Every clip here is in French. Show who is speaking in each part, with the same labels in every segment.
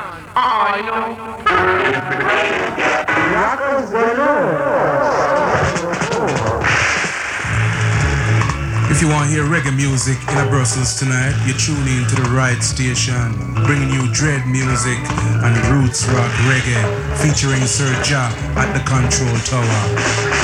Speaker 1: I know.
Speaker 2: If you want to hear reggae music in Brussels tonight, you tune in to the right station, bringing you dread music and roots rock reggae, featuring Sir Ja at the Control Tower.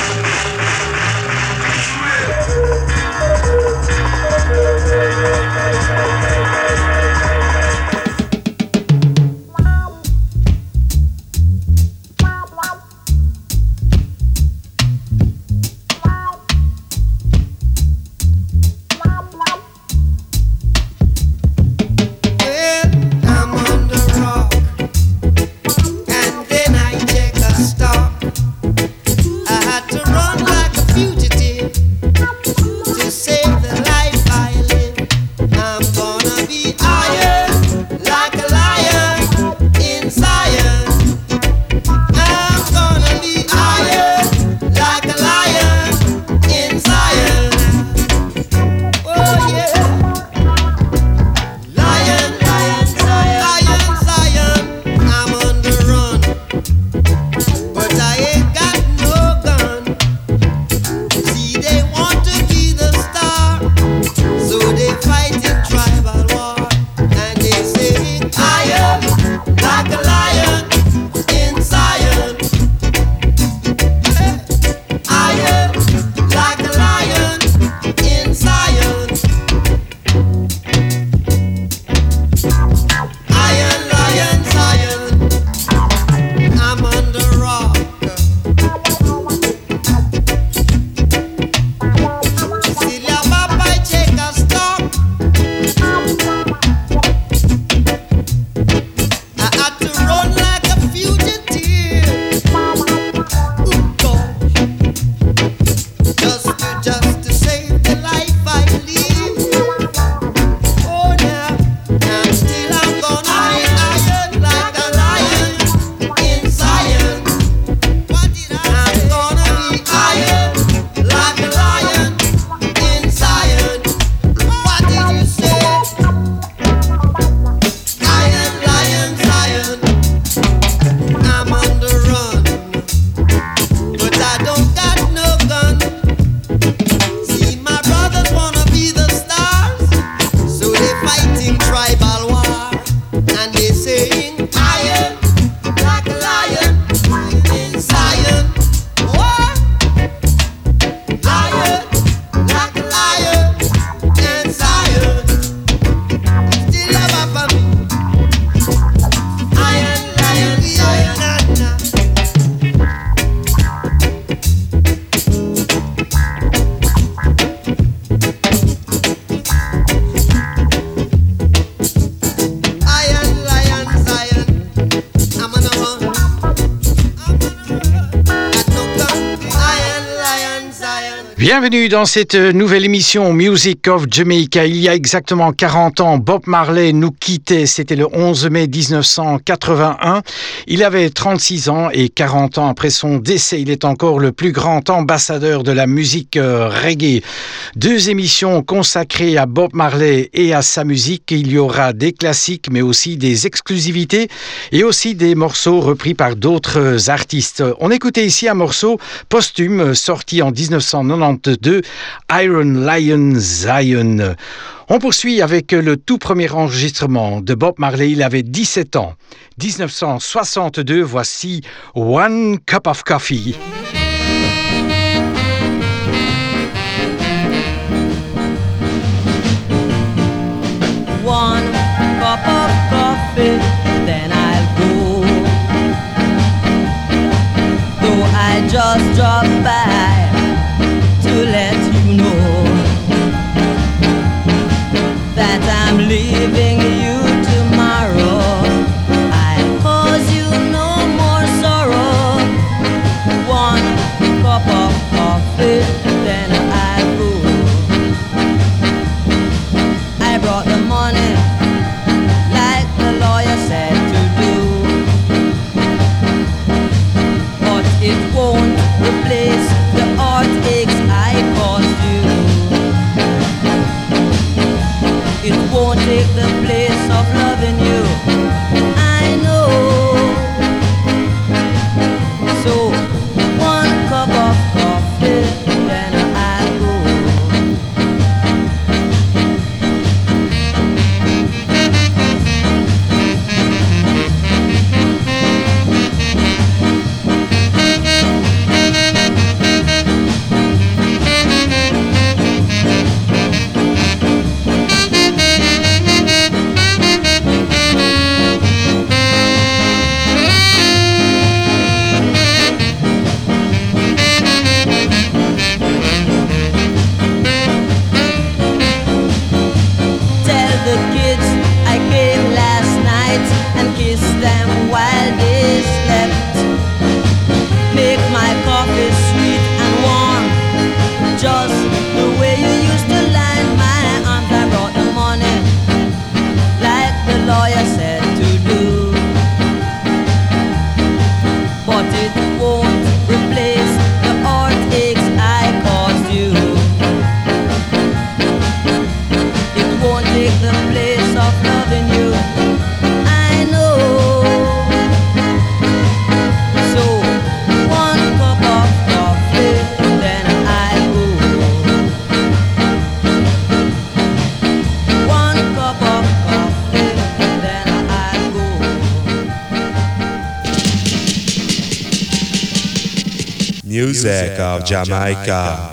Speaker 3: Bienvenue dans cette nouvelle émission Music of Jamaica. Il y a exactement 40 ans, Bob Marley nous quittait. C'était le 11 mai 1981. Il avait 36 ans et 40 ans après son décès, il est encore le plus grand ambassadeur de la musique reggae. 2 émissions consacrées à Bob Marley et à sa musique. Il y aura des classiques mais aussi des exclusivités et aussi des morceaux repris par d'autres artistes. On écoutait ici un morceau posthume sorti en 1992, Iron Lion Zion. On poursuit avec le tout premier enregistrement de Bob Marley, il avait 17 ans. 1962, voici One Cup of Coffee.
Speaker 4: One cup of coffee, then I'll go. Though I just drop by to let you know that I'm leaving you tomorrow. I cause you no more sorrow. One them while they slept. Make my coffee sweet and warm, just the way you used to line my arms. I brought the money like the lawyer said to do, but it won't replace the heartaches I caused you. It won't take the place of loving you, I know. So one cup of coffee, then I go. One cup of coffee, then I go.
Speaker 1: Music of Jamaica.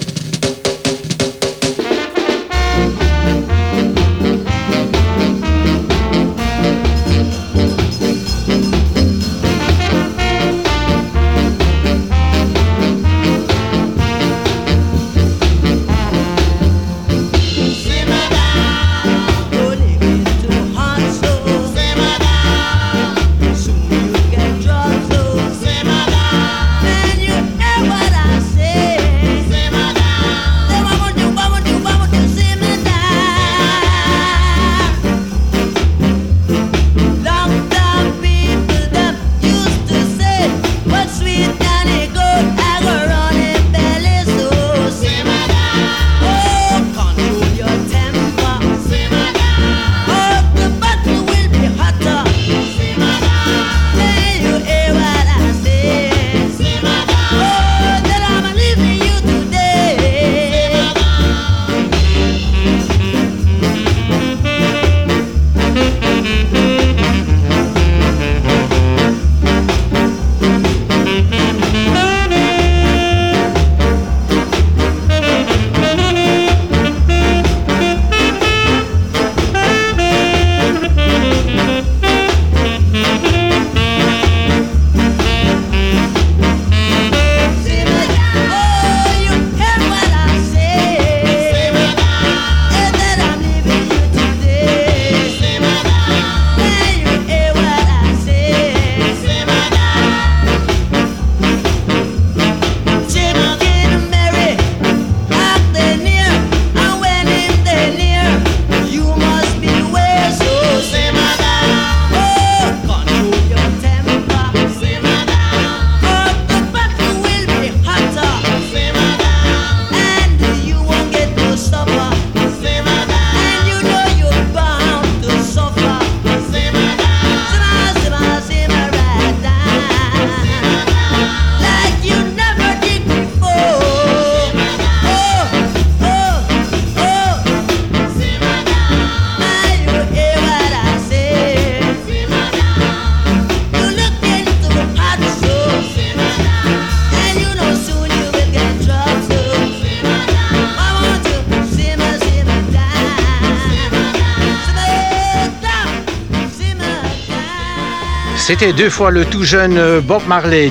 Speaker 3: C'était deux fois le tout jeune Bob Marley,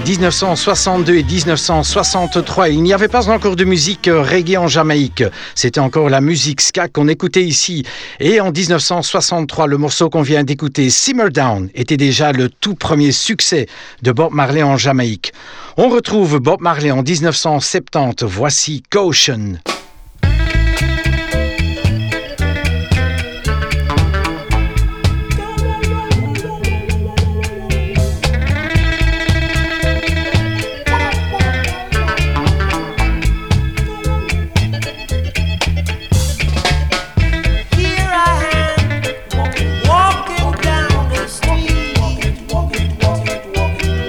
Speaker 3: 1962 et 1963. Il n'y avait pas encore de musique reggae en Jamaïque. C'était encore la musique ska qu'on écoutait ici. Et en 1963, le morceau qu'on vient d'écouter, Simmer Down, était déjà le tout premier succès de Bob Marley en Jamaïque. On retrouve Bob Marley en 1970. Voici Caution.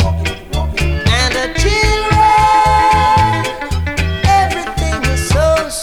Speaker 5: Children, everything is so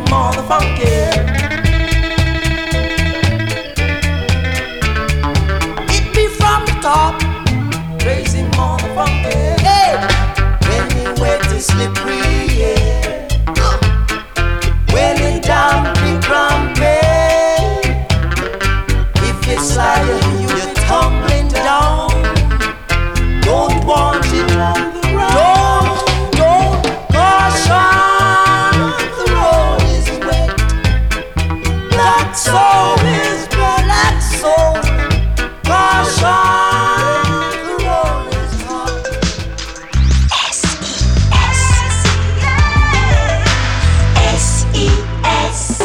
Speaker 5: more the funky. Hit me from the top, crazy more the funky. Hey, when you wait to slippery, yeah. When you down, big grumpy. If you slide, you're tumbling down. Don't want it on the road. Don't caution. The road is wet. Black soul is black soul. Caution. The road is hot. S-E-S.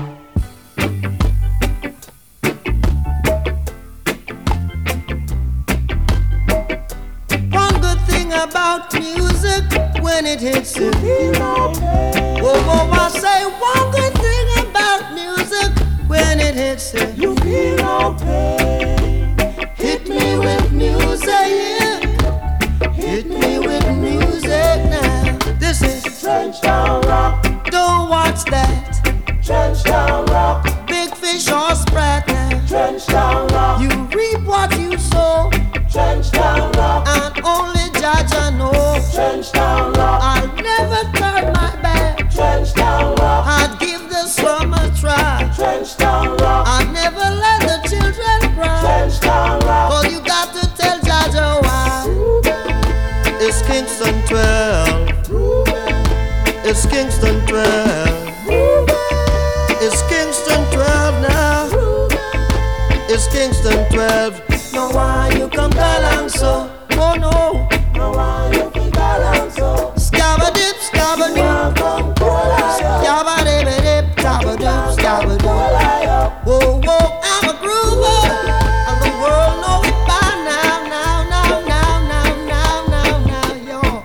Speaker 5: About music when it hits you. Oh, I say one good thing about music when it hits you. You feel no pain. Hit me with music. Hit me with music now. This is Trenchtown Rock. Don't watch that. Trenchtown Rock. Big fish or sprat now. Trenchtown Rock. You reap what you sow. Trenchtown Rock. And only Judge I know. Trenchtown Rock. I'll never turn my back. Trenchtown Rock. I'd give the slum a try. Trenchtown Rock. I'd never let the children cry. Trenchtown Rock. All you got to tell Judge why. It's Kingston 12. It's Kingston 12. It's Kingston 12 now. It's Kingston 12. No, why you come along so? Oh no. No, why you come along so? Scabba-dip, scabba-dip. Scabba-dip, scabba-dip, scabba-dip. Whoa, whoa, I'm a groover. And the world know it by now, yo.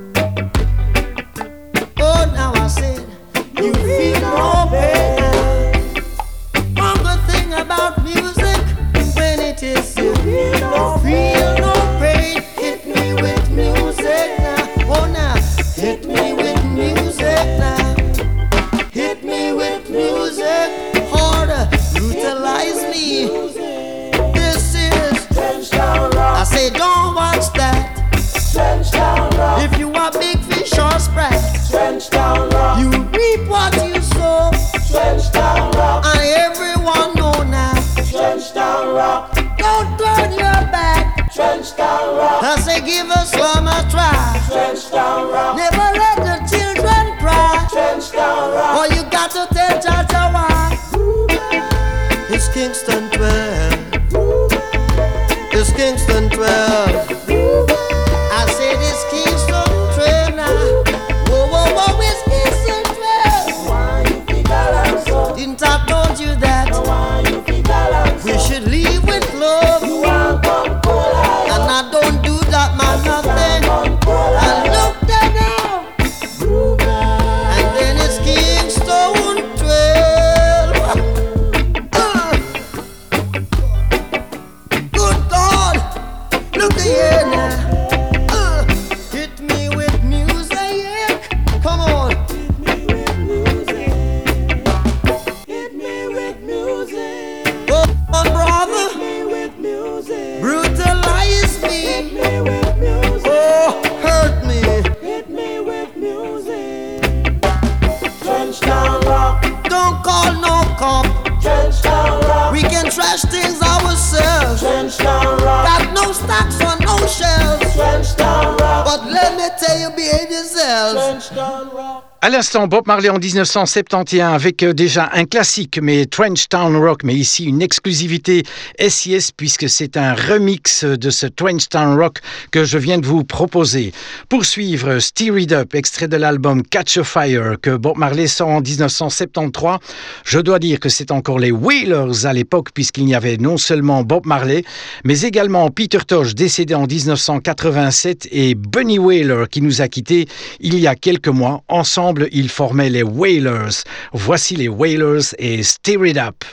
Speaker 5: Oh, now I said, you feel no pain. One good thing about music, when it is you feel no pain. Hit me with music now. Oh, now, hit me with music now. Hit me with music harder. Brutalize me. This is Trenchtown Rock. I say don't watch that. Trenchtown Rock. If you are big fish or sprat, Trenchtown Rock. You reap what you sow. Trenchtown Rock. And everyone know now. Trenchtown Rock. Don't turn your back. Trenchtown Rock. I say give us one a try. Trenchtown Rock. Never let the children cry. Trenchtown Rock. All you got to tell Jaja why. It's Kingston 12. It's Kingston 12. I said it's Kingston 12 now. Whoa, whoa, whoa, it's Kingston 12. Why you think I like so? Didn't I told you that? Why you think I like so? We should leave with love. You want come cool. And I don't do that, man, nothing. I look there now. And then it's Kingston 12. Good God, look here now. Hit me with music. Come on. Hit me with music. Oh, brother. Hit me with music. Brutalize me. Hit me with music. Oh, hurt me. Hit me with music. Trenchtown Rock. Don't call no cop. Trenchtown Rock. We can trash things ourselves. Trenchtown Rock. Got no stocks on no shelves. Trenchtown Rock. But let me tell you, behave yourselves. Trenchtown Rock.
Speaker 3: À l'instant, Bob Marley en 1971 avec déjà un classique, mais Trenchtown Rock, mais ici une exclusivité SIS puisque c'est un remix de ce Trenchtown Rock que je viens de vous proposer. Pour suivre, Stir It Up, extrait de l'album Catch a Fire que Bob Marley sort en 1973. Je dois dire que c'est encore les Wailers à l'époque puisqu'il y avait non seulement Bob Marley, mais également Peter Tosh décédé en 1987 et Bunny Wailer qui nous a quittés il y a quelques mois. Ensemble, ils formaient les Wailers. Voici les Wailers et Stir It Up.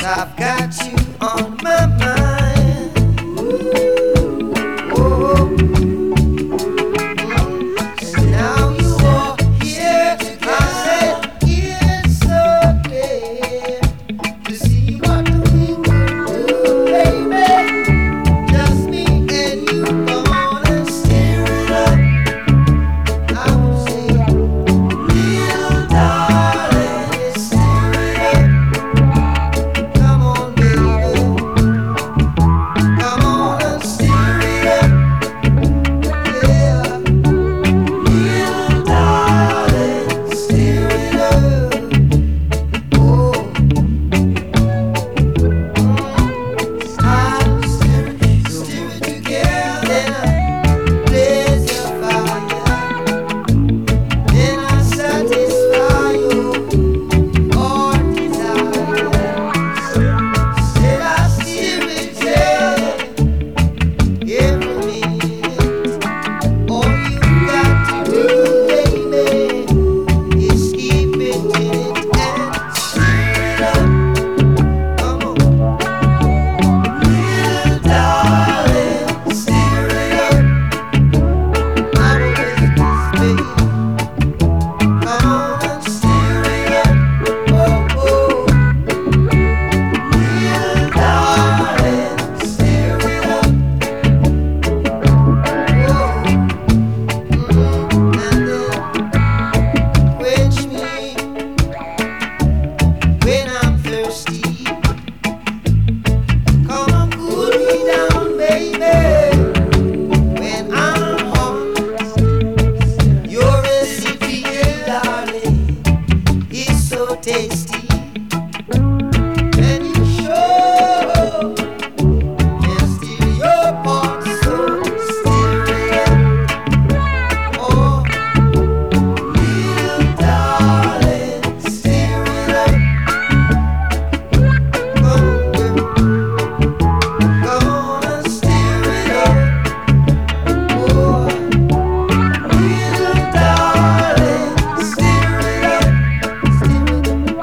Speaker 5: I've got you on my mind. Oh, so now you are here. I said it's okay to see what we can do, baby. Just me and you gonna steer it up. I would say, little darling, steer it up. Come on, baby. Come on and steer it up. Yeah. Little darling, steer it up. Oh. I'll steer it together. Blaze your fire. Then I'll satisfy your heart desires. Said I'll steer it, yeah, every minute. All you got to do, baby, is keep it in it and steer it up. Come on, little darling, steer it up. I know this, baby. Come on and steer it up. Oh, oh. Little darling, steer it up. Oh, and then quench me when I'm thirsty. Come and cool me down, baby, when I'm hot. Your recipe, darling, is so tasty. And you sure can steal your part, so steer it up. Oh, little darling, steer it up. Come on, girl. Come on and steer it up. Oh, little darling, steer it up. Steer it up.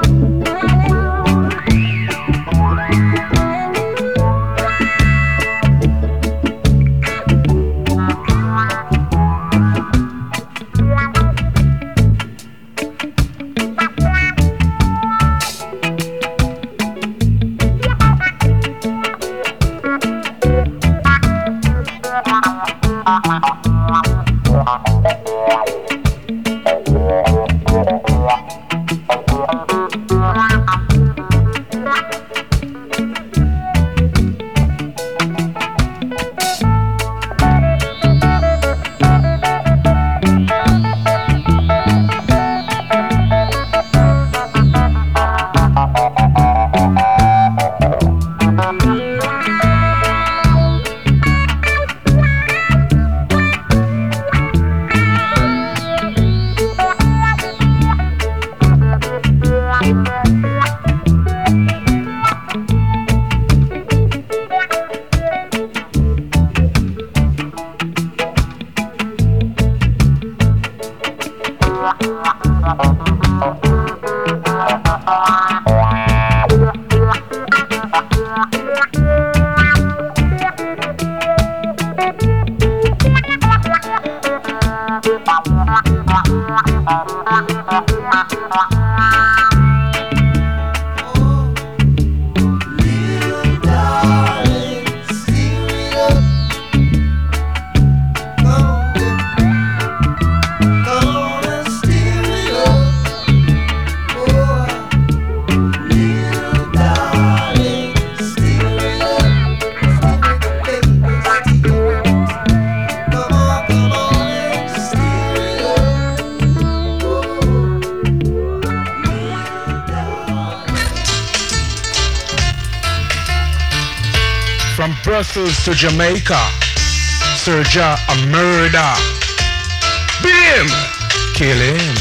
Speaker 5: Little darling, steer it up. Come on, girl. Come on and steer it up. Oh, little darling, steer it up. Steer it, baby, steer it. Come on and steer it up. Oh, little darling.
Speaker 2: From Brussels to Jamaica, Serja a murder. Beat him, kill him.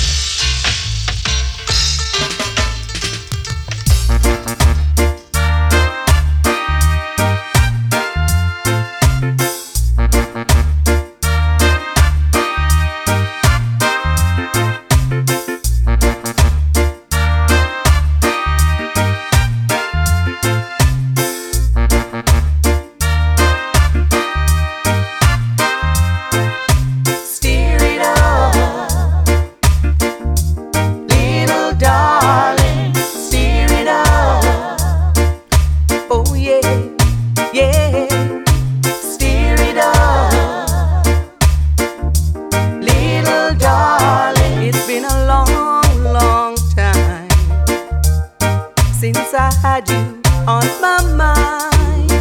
Speaker 6: since I had you on my mind.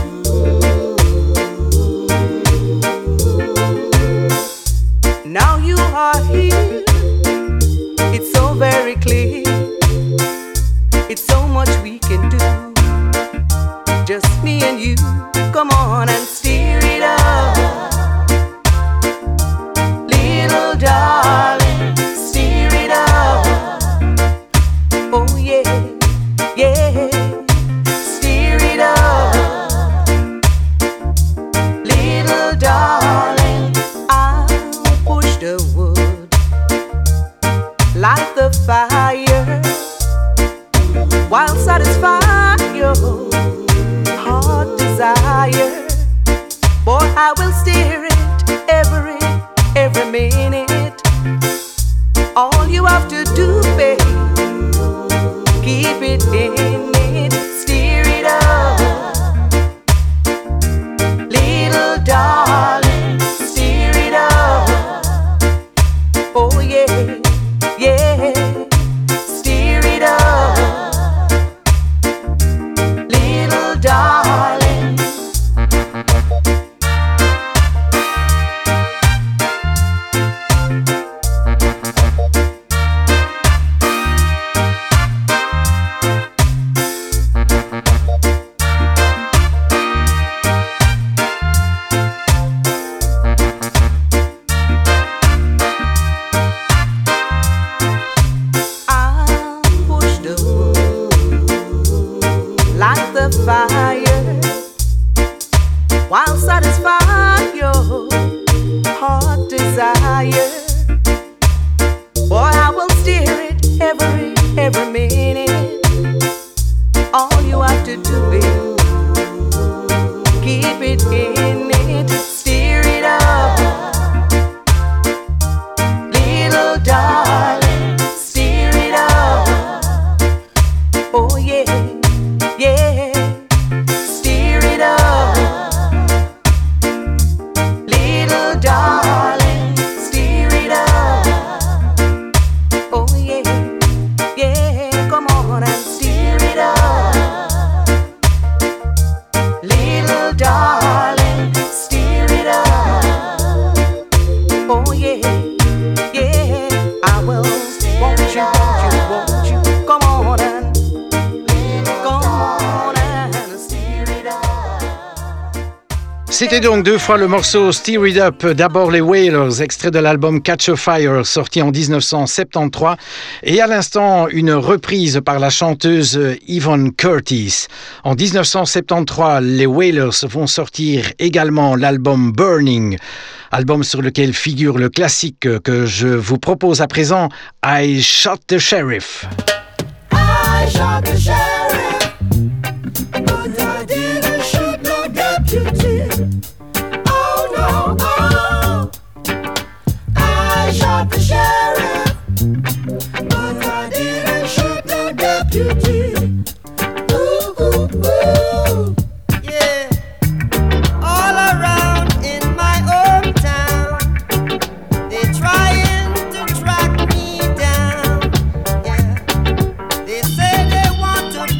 Speaker 6: Now you are here, it's so very clear. It's so much we can do, just me and you. Come on and steer it up, little darling, steer it up. Oh yeah, yeah, steer it up, little darling. I'll push the wood, light the fire, while satisfying your heart desire. Boy, I will steer it every minute. All you have to do, babe, keep it in it, steer it up, little darling, steer it up. Oh yeah, yeah, steer it up, little darling. Fire, while satisfying your heart desire. Boy, I will steer it every minute. All you have to do is keep it in it, steer it up, little darling, steer it up. Oh yeah, yeah, steer it up, little darling, steer it up. Oh yeah, yeah, come on and steer it up, little darling, steer it up. Oh yeah, yeah, I will. Won't you, won't you, won't you, come on and
Speaker 3: C'était donc deux fois le morceau Steer It Up, d'abord les Wailers, extrait de l'album Catch a Fire, sorti en 1973, et à l'instant une reprise par la chanteuse Yvonne Curtis. En 1973, les Wailers vont sortir également l'album Burning, album sur lequel figure le classique que je vous propose à présent, I Shot the Sheriff.
Speaker 5: I shot the sheriff, but I didn't shoot no deputy. Oh no, oh, I shot the sheriff, but I didn't shoot no deputy. Ooh, ooh, ooh, yeah. All around in my hometown, they're trying to track me down. Yeah, they say they want to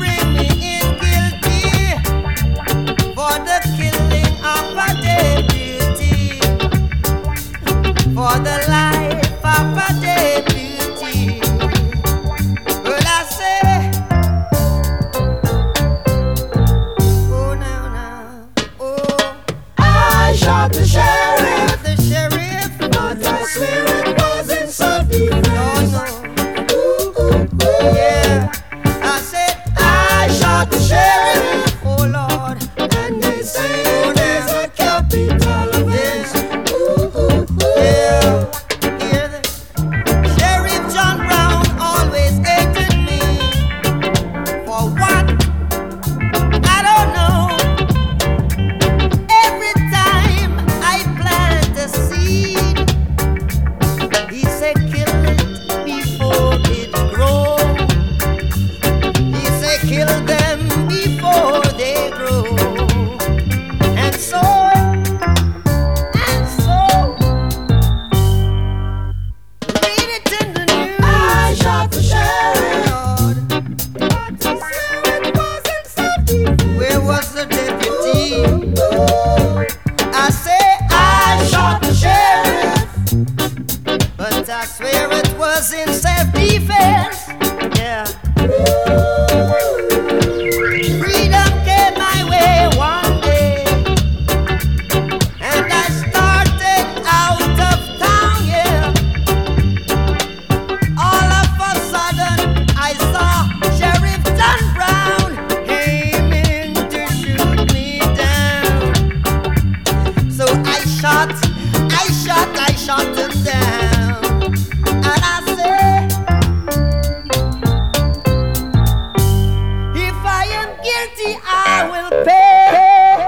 Speaker 5: penalty I will pay.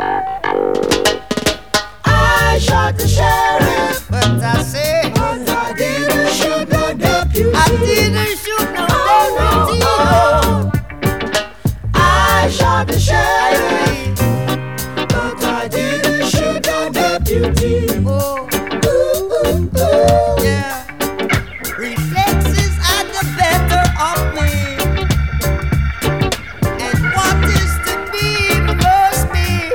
Speaker 5: I shot the sheriff, but I say, but I didn't shoot the deputy. I didn't shoot no deputy. I shot the sheriff, but I didn't shoot the deputy. Oh, yeah. Reflexes are the better of me, and what is to be must be.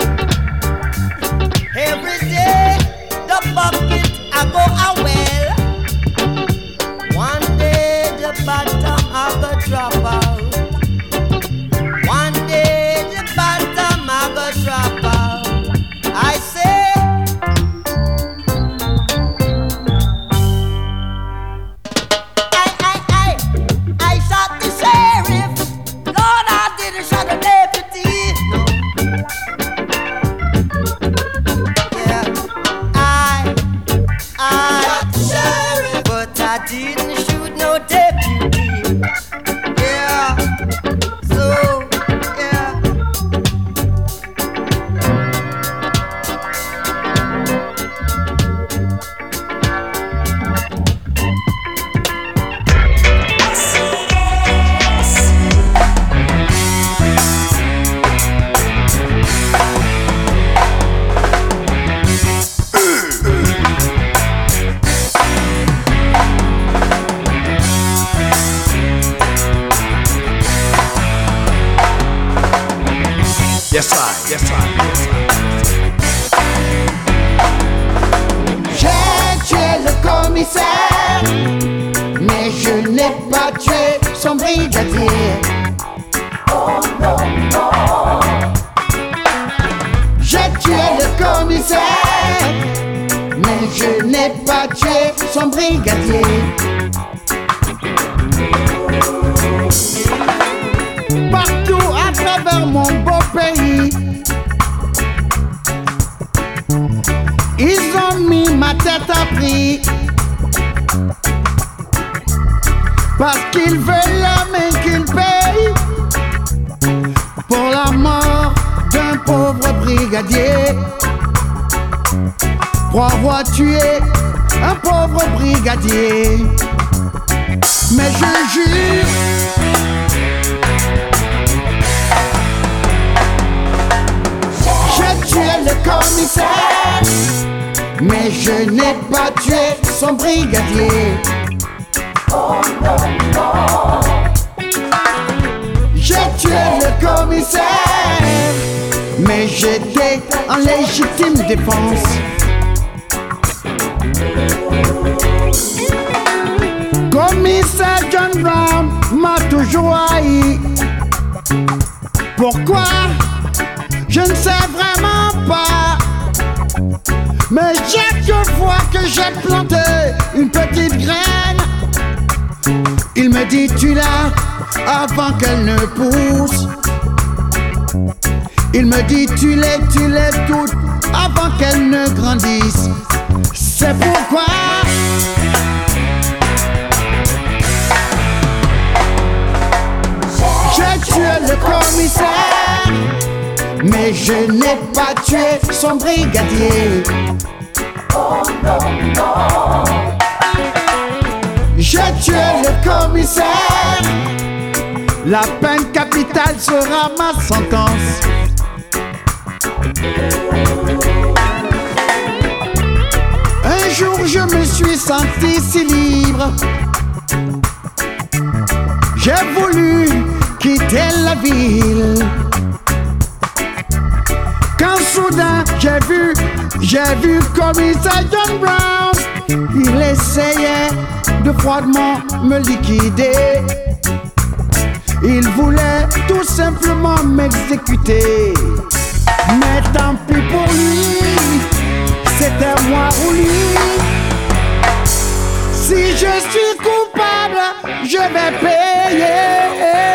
Speaker 5: Every day the bucket I go a well. One day the bottom I go drop out. One day the bottom I go drop out. I say I shot the sheriff. Lord, I didn't shot the deputy. No. Yeah, I shot the sheriff, but I didn't shoot no deputy. Yeah, so yeah.
Speaker 1: Yes, I.
Speaker 5: J'ai tué le commissaire, mais je n'ai pas tué son brigadier. Oh non, non. J'ai tué le commissaire, mais je n'ai pas tué son brigadier. Partout à travers mon beau pays, ils ont mis ma tête à prix, parce qu'ils veulent la main qu'ils payent pour la mort d'un pauvre brigadier. Pour avoir tué un pauvre brigadier. Mais je jure, j'ai tué le commissaire, mais je n'ai pas tué son brigadier. Oh non, non. J'ai tué le commissaire, mais j'étais en légitime défense. Commissaire John Brown m'a toujours haï. Pourquoi? Je ne sais vraiment pas. Mais chaque fois que j'ai planté une petite graine, il me dit tu l'as avant qu'elle ne pousse. Il me dit tu l'es toute avant qu'elle ne grandisse. C'est pourquoi j'ai tué le commissaire, mais je n'ai pas tué son brigadier. Oh non, non. J'ai tué le commissaire, la peine capitale sera ma sentence. Un jour je me suis senti si libre, j'ai voulu quitter la ville. Quand soudain j'ai vu commissaire John Brown, il essayait de froidement me liquider. Il voulait tout simplement m'exécuter. Mais tant pis pour lui, c'était moi ou lui. Si je suis coupable, je vais payer.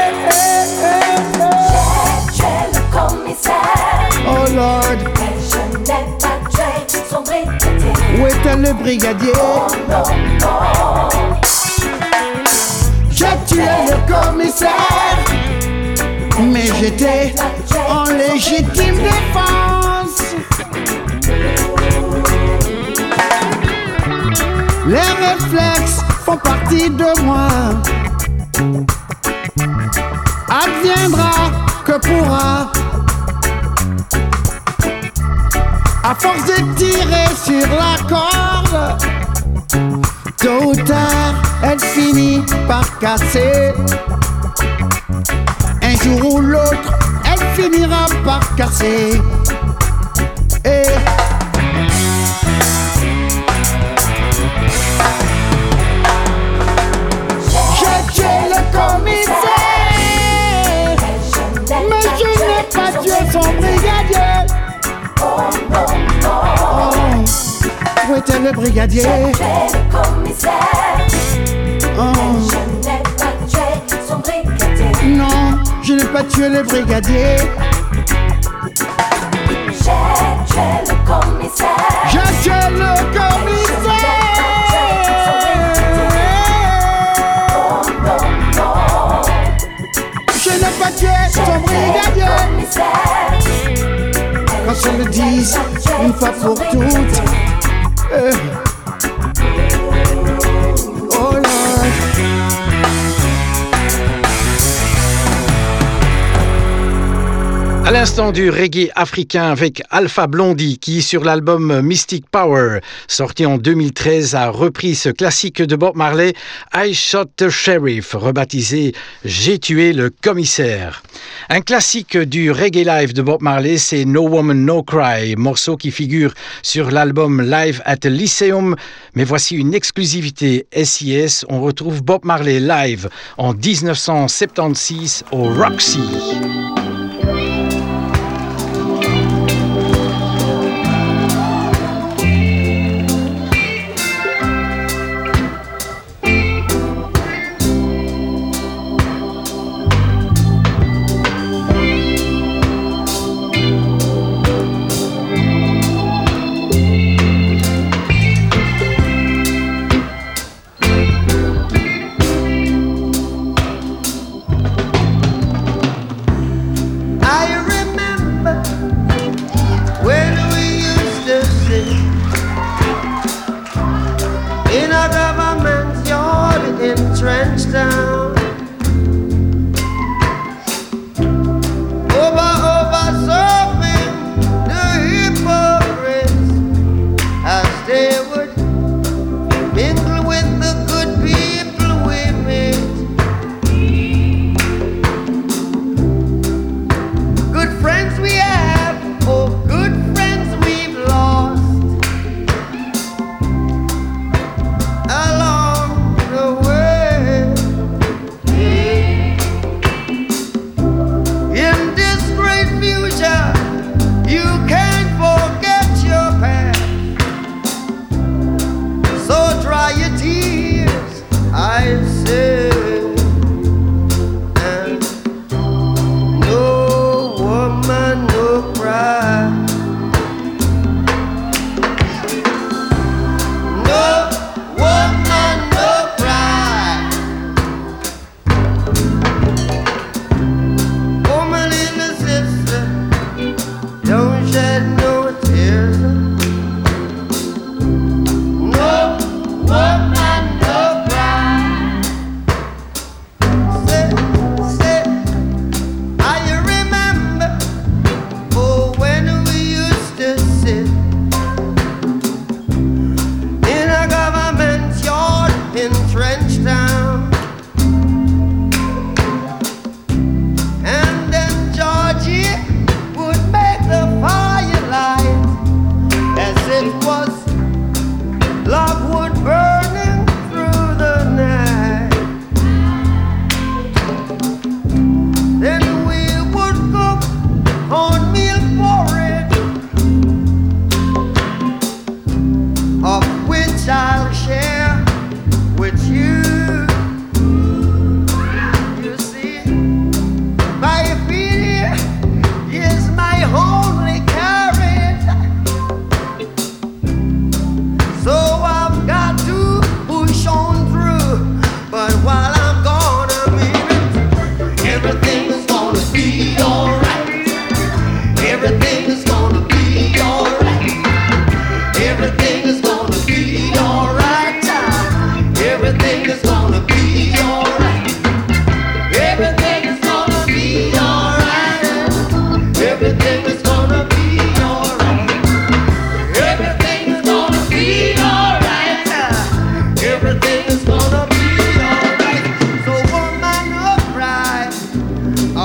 Speaker 7: J'ai tué le commissaire,
Speaker 5: Oh Lord,
Speaker 7: mais je n'ai pas tué son brigadier.
Speaker 5: où était le brigadier?
Speaker 7: Oh non, non.
Speaker 5: J'ai tué le commissaire, mais j'étais en légitime défense. Les réflexes font partie de moi. Adviendra que pourra. À force de tirer sur la corde, tôt ou tard, elle finit par casser. Un jour ou l'autre, elle finira par casser. Et j'ai tué le commissaire, mais je n'ai pas tué son brigadier. Oh, où était le brigadier?
Speaker 7: J'ai tué le commissaire,
Speaker 5: Oh,
Speaker 7: je n'ai pas tué son brigadier.
Speaker 5: non, je n'ai pas tué le brigadier.
Speaker 7: J'ai tué le commissaire,
Speaker 5: J'ai tué le commissaire. Je n'ai pas tué son brigadier. Qu'on se le dise une fois pour toutes. Oh Lord.
Speaker 3: À l'instant du reggae africain avec Alpha Blondy qui, sur l'album Mystic Power, sorti en 2013, a repris ce classique de Bob Marley, I Shot the Sheriff, rebaptisé J'ai tué le commissaire. Un classique du reggae live de Bob Marley, c'est No Woman No Cry, morceau qui figure sur l'album Live at the Lyceum. Mais voici une exclusivité SIS, on retrouve Bob Marley live en 1976 au Roxy.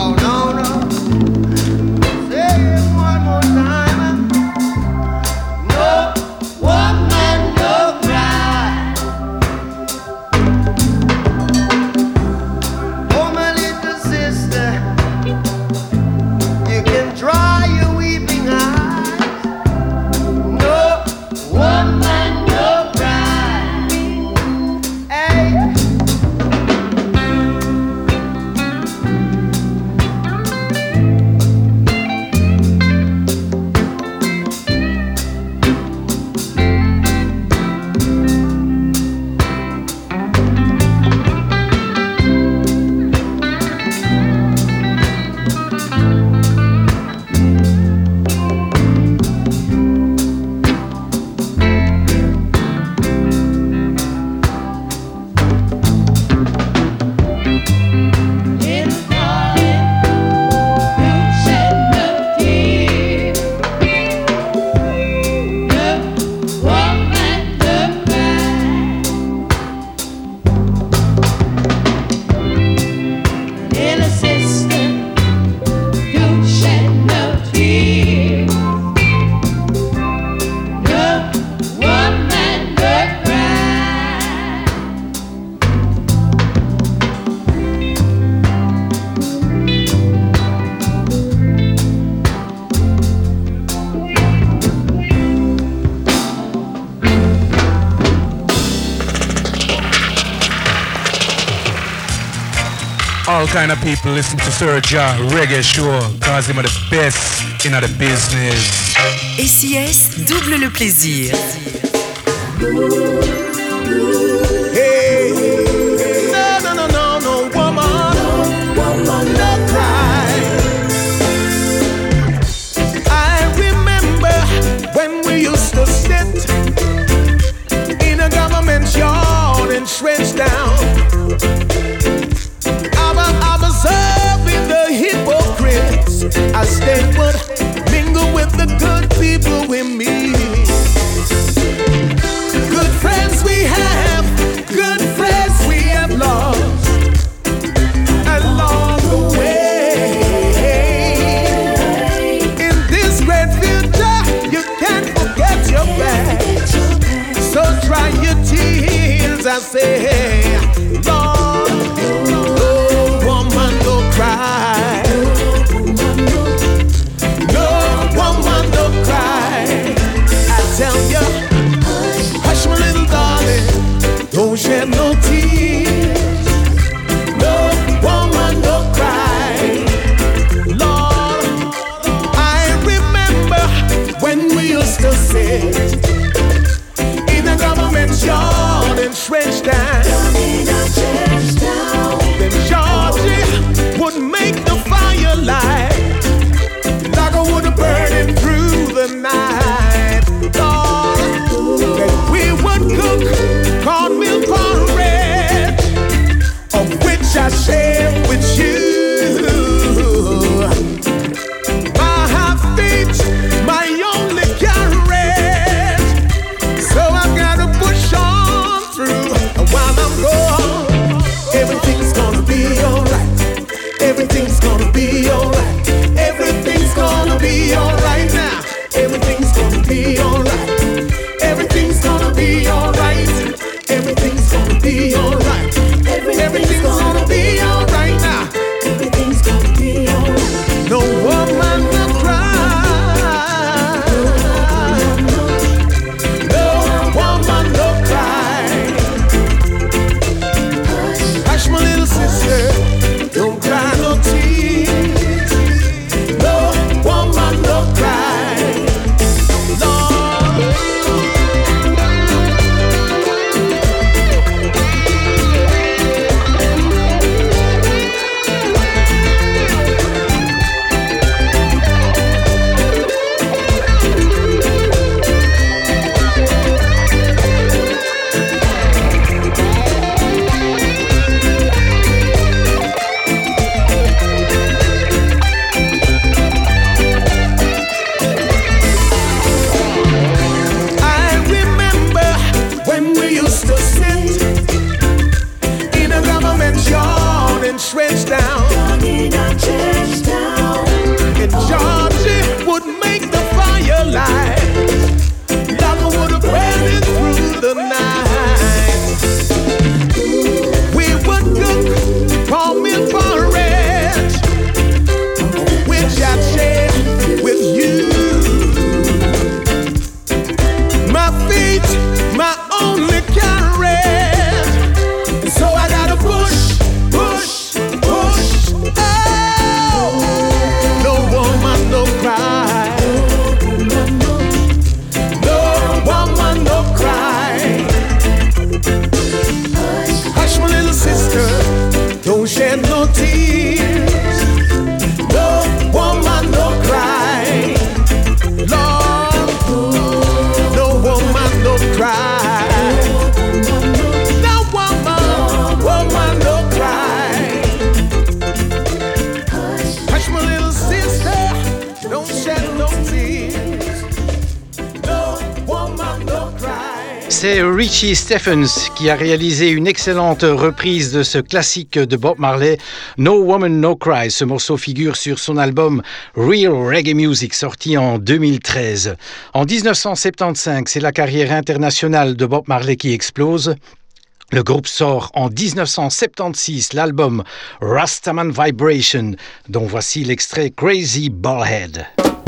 Speaker 2: All kind of people listen to Sir Ja Reggae Show, cause him are the best in the business.
Speaker 8: SIS double le plaisir.
Speaker 5: Hey, no, woman, no cry. I remember when we used to sit in a government yard and trench down. Observing the hypocrites as they would mingle with the good people we meet. Good friends we have, good friends we have lost along the way. In this great future, you can't forget your past. So dry your tears, I say, Lord, no woman, no cry. No woman, no cry. I tell you, hush my little darling, don't shed no tears. No woman, no cry. Lord, I remember when we used to sit in a government yard and trench down.
Speaker 3: c'est Richie Stephens qui a réalisé une excellente reprise de ce classique de Bob Marley, No Woman No Cry. Ce morceau figure sur son album Real Reggae Music, sorti en 2013. En 1975, c'est la carrière internationale de Bob Marley qui explose. Le groupe sort en 1976 l'album Rastaman Vibration, dont voici l'extrait Crazy Ballhead.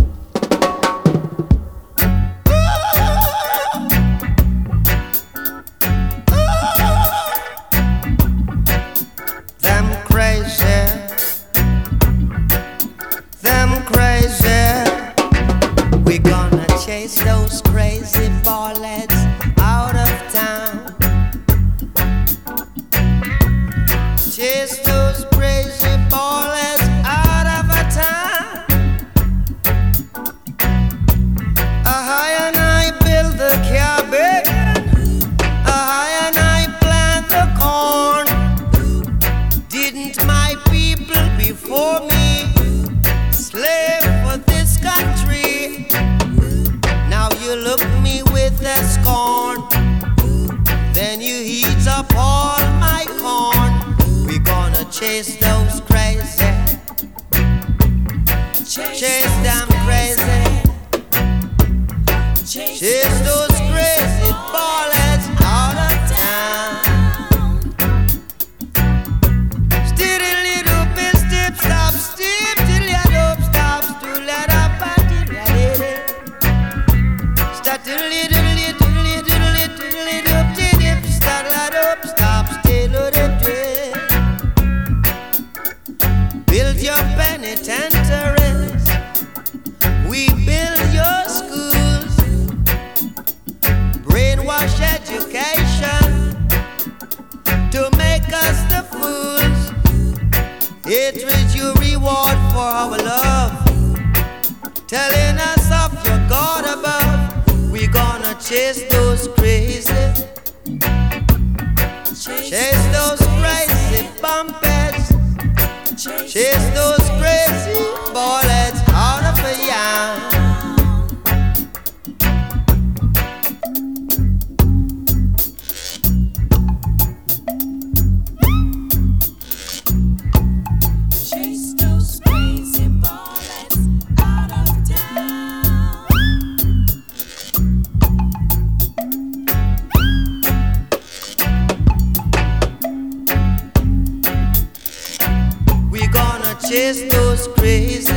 Speaker 5: Chase those crazy ballheads out of town. Chase those crazy ballheads out of a town. High and I build the cabin. High and I plant the corn. Didn't my people before me slave for this country? Now you look me with that scorn. Then you heat up all my corn. We gonna chase those crazy. Chase them crazy. Chase those crazy ballheads out of town. Stiddly doop and stip stop stip till ya dope stop stool it up and till ya start to little doop dip start that up stop still dip dip. Build your penitentiaries. We build your schools. Brainwash education to make us the fools. Hatred you reward for our love, telling us of your God above. We gonna chase those crazy, chase those crazy bumpers, chase those crazy ballheads out of a yam. Chase those crazy,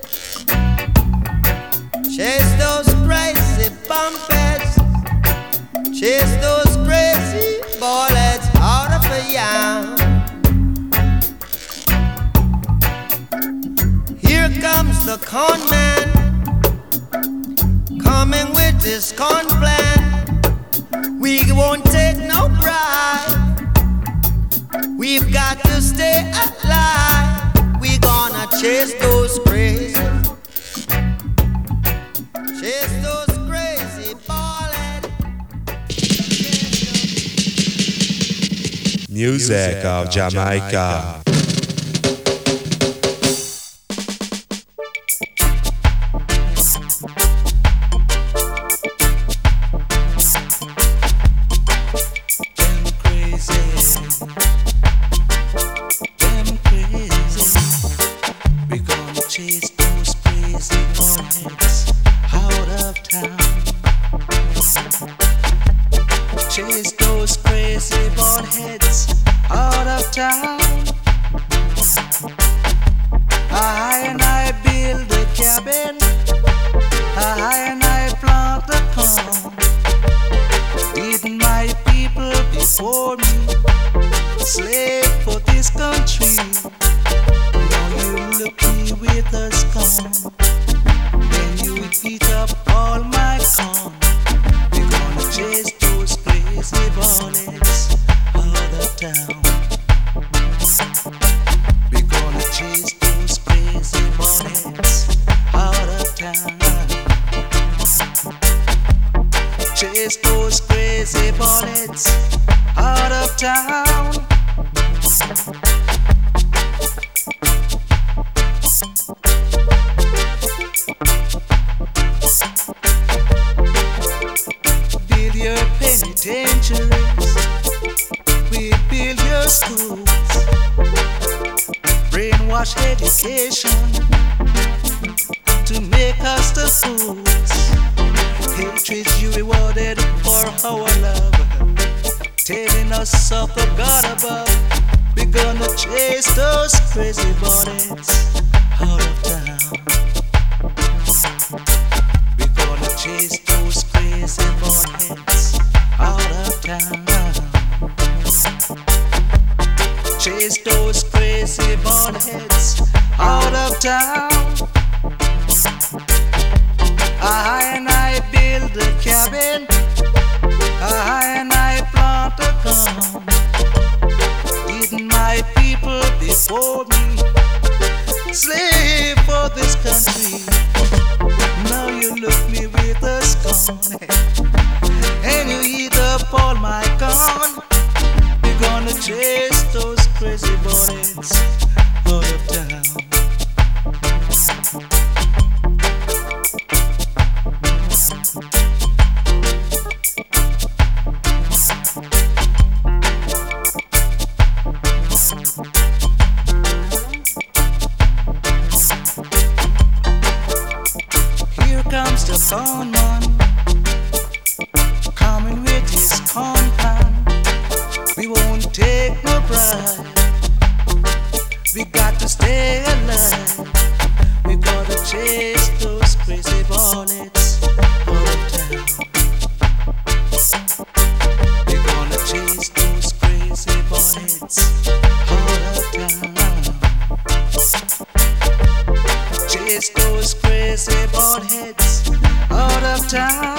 Speaker 5: chase those crazy bumpers, chase those crazy ballheads out of a yam. Here comes the con man, coming with his con plan. We won't take no bribe. We've got to stay alive. We gonna chase those crazy, chase those crazy ballheads.
Speaker 1: Music of Jamaica.
Speaker 9: Penitentiary. temptation to make us the fools. Hatred you rewarded for our love, telling us sucker God above. We're gonna chase those crazy bonnets out of town. We're gonna chase those crazy bonnets out of town. Chase those crazy bonnets out of town. I build a cabin, I plant a corn, eating my people before me, slave for this country. Now you look me with a scorn, and you eat up all my corn. We're gonna chase those crazy bonnets out of town. Here comes the corn man, coming with his corn pan. We won't take no bribe. We got to stay alive. We gotta chase those crazy bonnets out of town. We're gonna chase those crazy bonnets out of town. Chase those crazy bonnets out of town.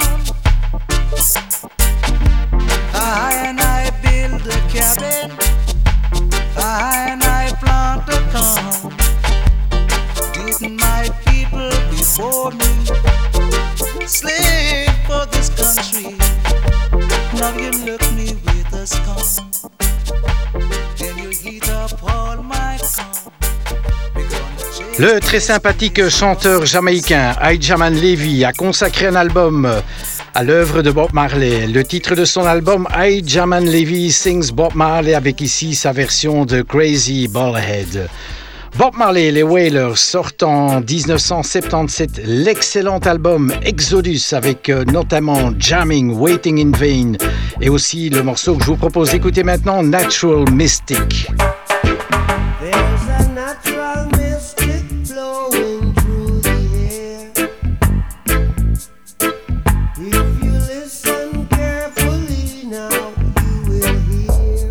Speaker 9: I build a cabin, I plant a corn, eating my people before me, slave for this country. Now you look me with a scorn, then you heat up all my corn.
Speaker 3: Le très sympathique chanteur jamaïcain Ijahman Levi a consacré un album à l'œuvre de Bob Marley. Le titre de son album, Ijahman Levi Sings Bob Marley, avec ici sa version de Crazy Ballhead. Bob Marley et les Wailers sortent en 1977 l'excellent album Exodus avec notamment Jamming, Waiting in Vain et aussi le morceau que je vous propose d'écouter maintenant, Natural Mystic.
Speaker 5: There's a natural mystic flowing through the air. If you listen carefully now, you will hear.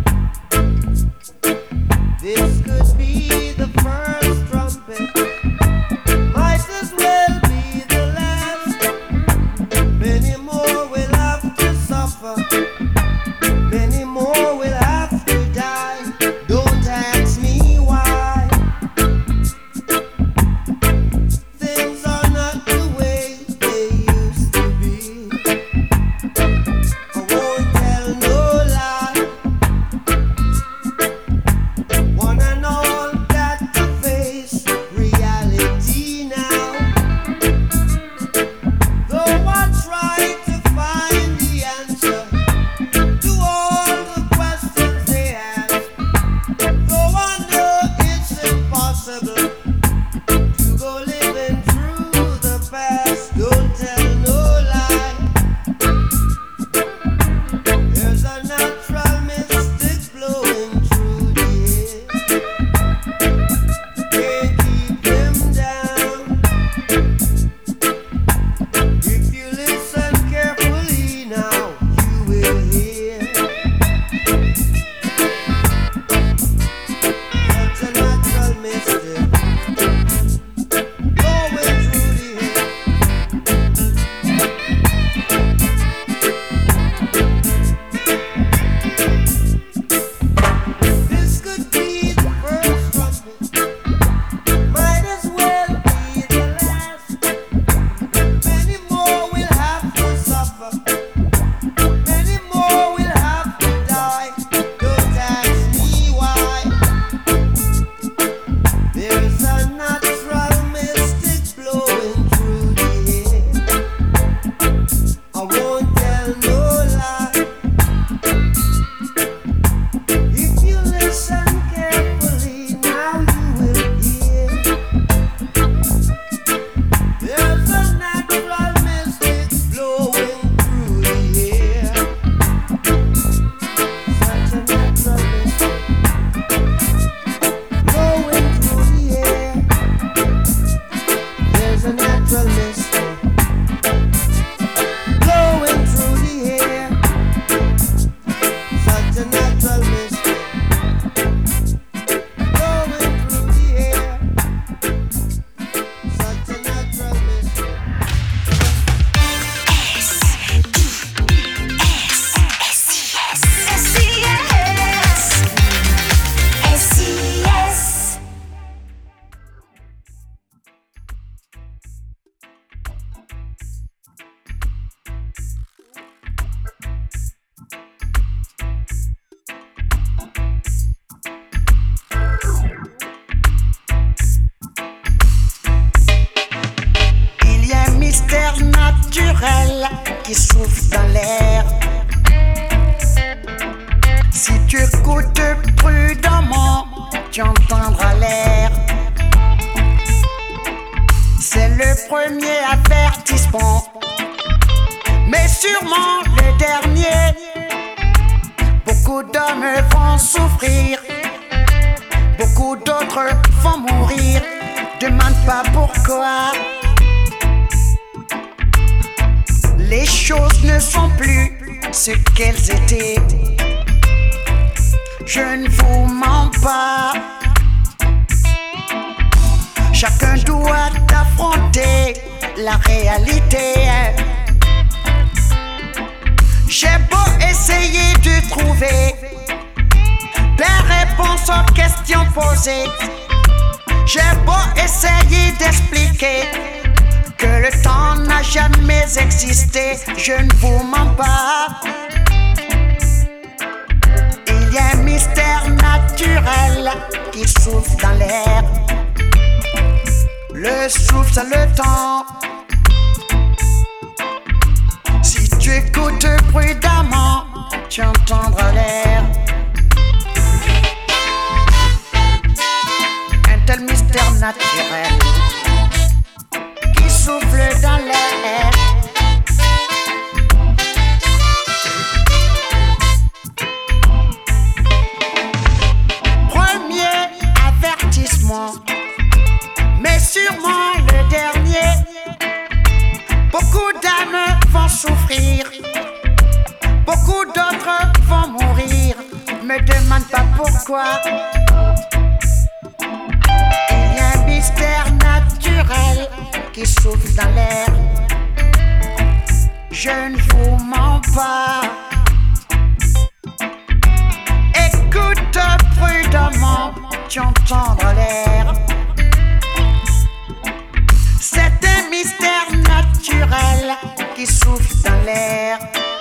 Speaker 5: This could be the first trumpet, might as well be the last. Many more will have to suffer, many more will have to die.
Speaker 10: qui souffle dans l'air. Si tu écoutes prudemment, tu entendras l'air. C'est le premier avertissement, mais sûrement le dernier. Beaucoup d'hommes vont souffrir, beaucoup d'autres vont mourir. Demande pas pourquoi. Les choses ne sont plus ce qu'elles étaient. Je ne vous mens pas. Chacun doit affronter la réalité. J'ai beau essayer de trouver des réponses aux questions posées. J'ai beau essayer d'expliquer que le temps n'a jamais existé. Je ne vous mens pas. Il y a un mystère naturel qui souffle dans l'air. Le souffle, c'est le temps. Si tu écoutes prudemment, tu entendras l'air. Un tel mystère naturel qui souffle dans l'air. Premier avertissement, mais sûrement le dernier. Beaucoup d'âmes vont souffrir, beaucoup d'autres vont mourir. Me demande pas pourquoi. Il y a un mystère naturel qui souffle dans l'air. Je ne vous mens pas. Écoute prudemment, tu entendras l'air. C'est un mystère naturel qui souffle dans l'air.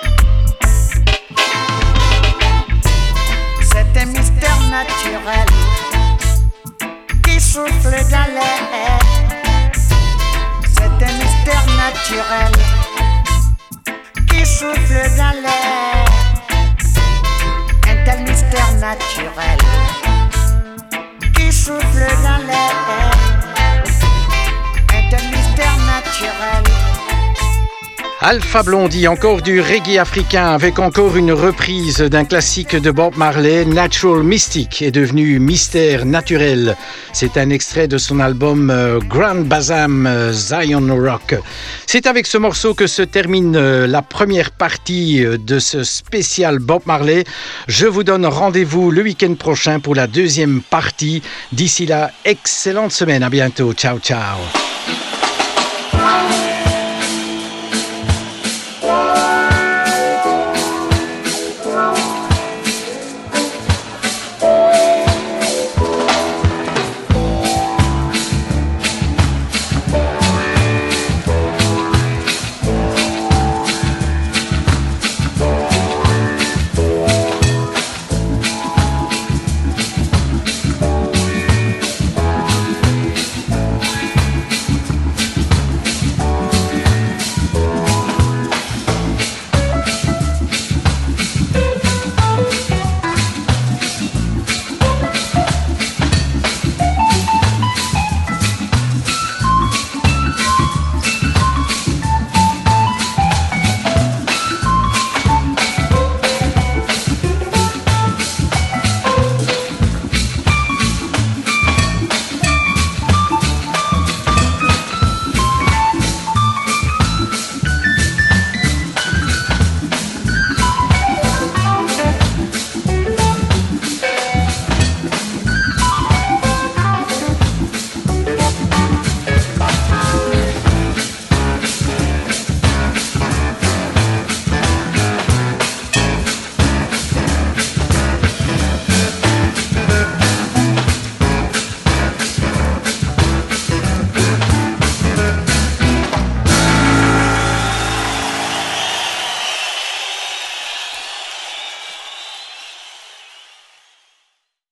Speaker 10: C'est un mystère naturel qui souffle dans l'air. C'est un mystère naturel qui souffle dans l'air. Un tel mystère naturel qui souffle dans l'air.
Speaker 3: Alpha Blondy, encore du reggae africain avec encore une reprise d'un classique de Bob Marley, Natural Mystic est devenu Mystère Naturel. C'est un extrait de son album Grand Bazam Zion Rock. C'est avec ce morceau que se termine la première partie de ce spécial Bob Marley. Je vous donne rendez-vous le week-end prochain pour la deuxième partie. D'ici là, excellente semaine, à bientôt, ciao ciao.